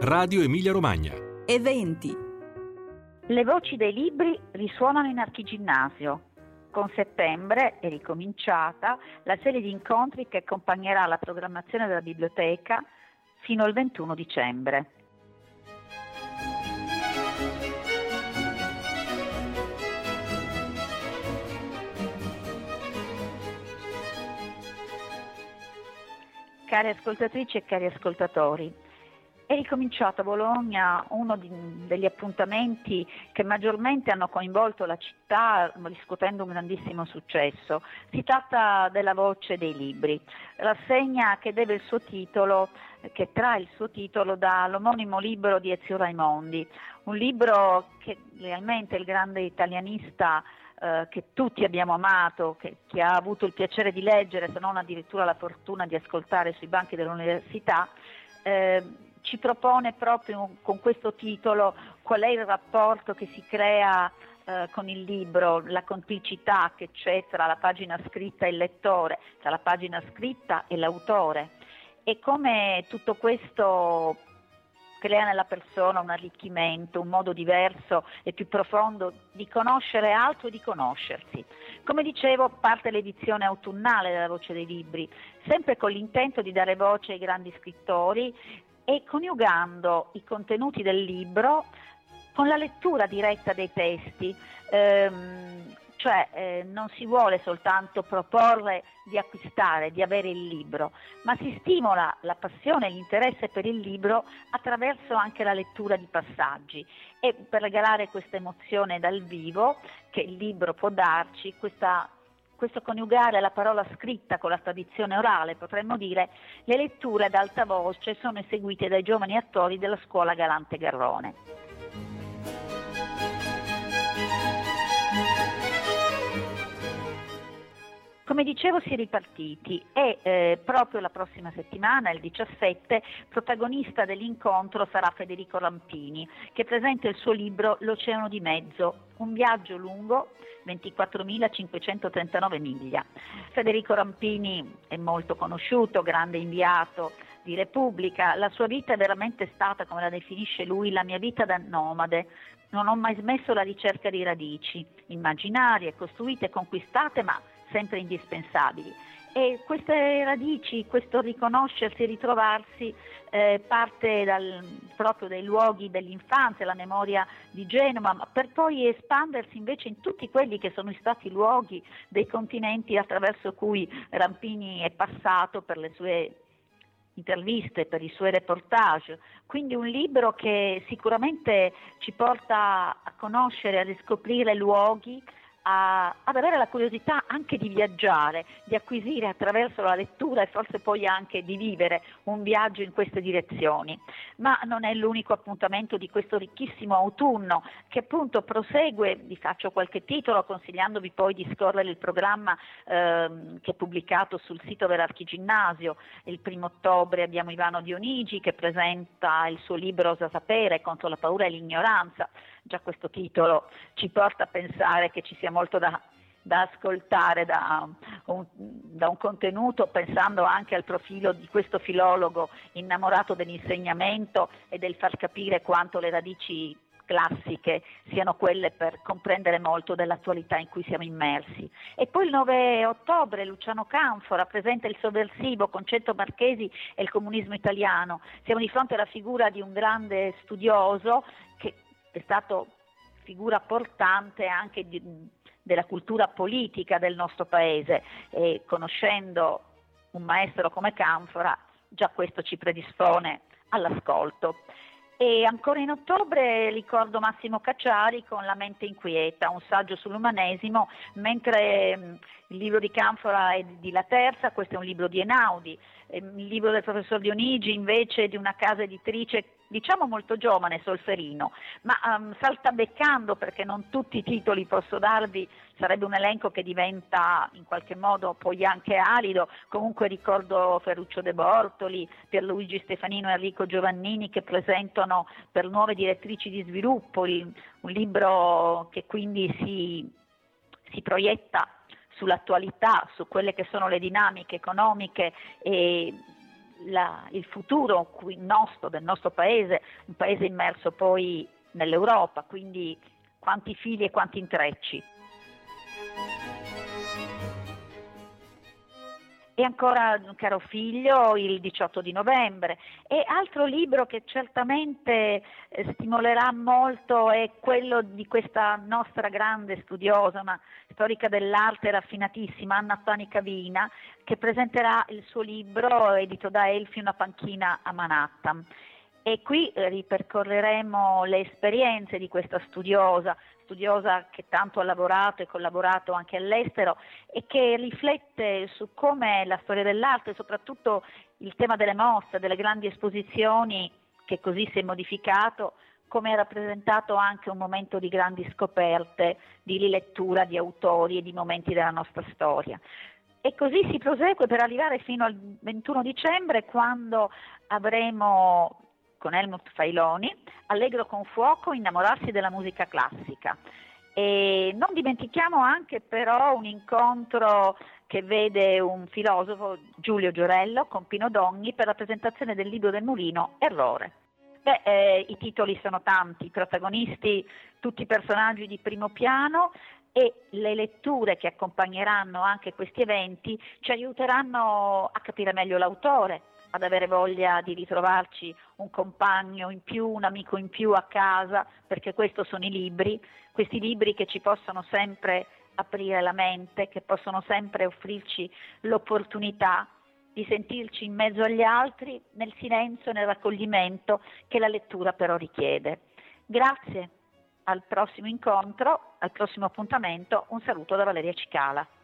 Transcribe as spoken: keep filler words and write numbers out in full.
Radio Emilia Romagna. Eventi. Le voci dei libri risuonano in Archiginnasio. Con settembre è ricominciata la serie di incontri che accompagnerà la programmazione della biblioteca fino al ventuno dicembre. Cari ascoltatrici e cari ascoltatori, è ricominciato a Bologna uno di, degli appuntamenti che maggiormente hanno coinvolto la città, riscuotendo un grandissimo successo. Si tratta della Voce dei Libri, rassegna che deve il suo titolo, che trae il suo titolo dall'omonimo libro di Ezio Raimondi, un libro che realmente il grande italianista eh, che tutti abbiamo amato, che chi ha avuto il piacere di leggere, se non addirittura la fortuna di ascoltare sui banchi dell'università, eh, ci propone proprio con questo titolo qual è il rapporto che si crea eh, con il libro, la complicità che c'è tra la pagina scritta e il lettore, tra la pagina scritta e l'autore, e come tutto questo crea nella persona un arricchimento, un modo diverso e più profondo di conoscere altro e di conoscersi. Come dicevo, parte l'edizione autunnale della Voce dei Libri, sempre con l'intento di dare voce ai grandi scrittori e coniugando i contenuti del libro con la lettura diretta dei testi, ehm, cioè eh, non si vuole soltanto proporre di acquistare, di avere il libro, ma si stimola la passione e l'interesse per il libro attraverso anche la lettura di passaggi, e per regalare questa emozione dal vivo che il libro può darci, questa Questo coniugare la parola scritta con la tradizione orale, potremmo dire, le letture ad alta voce sono eseguite dai giovani attori della scuola Galante Garrone. Come dicevo, si è ripartiti e eh, proprio la prossima settimana, il diciassette, protagonista dell'incontro sarà Federico Rampini, che presenta il suo libro L'Oceano di Mezzo, un viaggio lungo ventiquattromilacinquecentotrentanove miglia. Federico Rampini è molto conosciuto, grande inviato di Repubblica. La sua vita è veramente stata, come la definisce lui, la mia vita da nomade. Non ho mai smesso la ricerca di radici, immaginarie, costruite, conquistate, ma sempre indispensabili. E queste radici, questo riconoscersi e ritrovarsi eh, parte dal, proprio dai luoghi dell'infanzia, la memoria di Genova, ma per poi espandersi invece in tutti quelli che sono stati luoghi dei continenti attraverso cui Rampini è passato per le sue interviste, per i suoi reportage. Quindi un libro che sicuramente ci porta a conoscere, a riscoprire luoghi, A, ad avere la curiosità anche di viaggiare, di acquisire attraverso la lettura e forse poi anche di vivere un viaggio in queste direzioni. Ma non è l'unico appuntamento di questo ricchissimo autunno, che appunto prosegue. Vi faccio qualche titolo consigliandovi poi di scorrere il programma ehm, che è pubblicato sul sito dell'Archiginnasio. Il primo ottobre abbiamo Ivano Dionigi che presenta il suo libro Osa sapere, contro la paura e l'ignoranza. Già questo titolo ci porta a pensare che ci sia molto da, da ascoltare da un, da un contenuto, pensando anche al profilo di questo filologo innamorato dell'insegnamento e del far capire quanto le radici classiche siano quelle per comprendere molto dell'attualità in cui siamo immersi. E poi il nove ottobre Luciano Canfora presenta Il sovversivo, Concetto Marchesi e il comunismo italiano. Siamo di fronte alla figura di un grande studioso che è stato figura portante anche di, della cultura politica del nostro paese, e conoscendo un maestro come Canfora già questo ci predispone all'ascolto. E ancora in ottobre ricordo Massimo Cacciari con La mente inquieta, un saggio sull'umanesimo, mentre mh, il libro di Canfora è di La Terza, questo è un libro di Einaudi. Il libro del professor Dionigi invece è di una casa editrice diciamo molto giovane, Solferino, ma um, saltabeccando, perché non tutti i titoli posso darvi, sarebbe un elenco che diventa in qualche modo poi anche alido. Comunque ricordo Ferruccio De Bortoli, Pierluigi Stefanino e Enrico Giovannini che presentano Per nuove direttrici di sviluppo, un libro che quindi si, si proietta sull'attualità, su quelle che sono le dinamiche economiche e la, il futuro qui nostro, del nostro paese, un paese immerso poi nell'Europa, quindi quanti fili e quanti intrecci. E ancora, caro figlio, il diciotto di novembre. E altro libro che certamente eh, stimolerà molto è quello di questa nostra grande studiosa, una storica dell'arte raffinatissima, Anna Toni Cavina, che presenterà il suo libro edito da Elfi, Una panchina a Manhattan. E qui eh, ripercorreremo le esperienze di questa studiosa, studiosa che tanto ha lavorato e collaborato anche all'estero e che riflette su come la storia dell'arte, soprattutto il tema delle mostre, delle grandi esposizioni, che così si è modificato, come ha rappresentato anche un momento di grandi scoperte, di rilettura di autori e di momenti della nostra storia. E così si prosegue per arrivare fino al ventuno dicembre, quando avremo con Helmut Failoni, Allegro con fuoco, innamorarsi della musica classica. E non dimentichiamo anche però un incontro che vede un filosofo, Giulio Giorello, con Pino Dogni, per la presentazione del libro del Mulino, Errore. Beh, eh, i titoli sono tanti, i protagonisti, tutti i personaggi di primo piano, e le letture che accompagneranno anche questi eventi ci aiuteranno a capire meglio l'autore, ad avere voglia di ritrovarci un compagno in più, un amico in più a casa, perché questo sono i libri, questi libri che ci possono sempre aprire la mente, che possono sempre offrirci l'opportunità di sentirci in mezzo agli altri, nel silenzio e nel raccoglimento che la lettura però richiede. Grazie, al prossimo incontro, al prossimo appuntamento, un saluto da Valeria Cicala.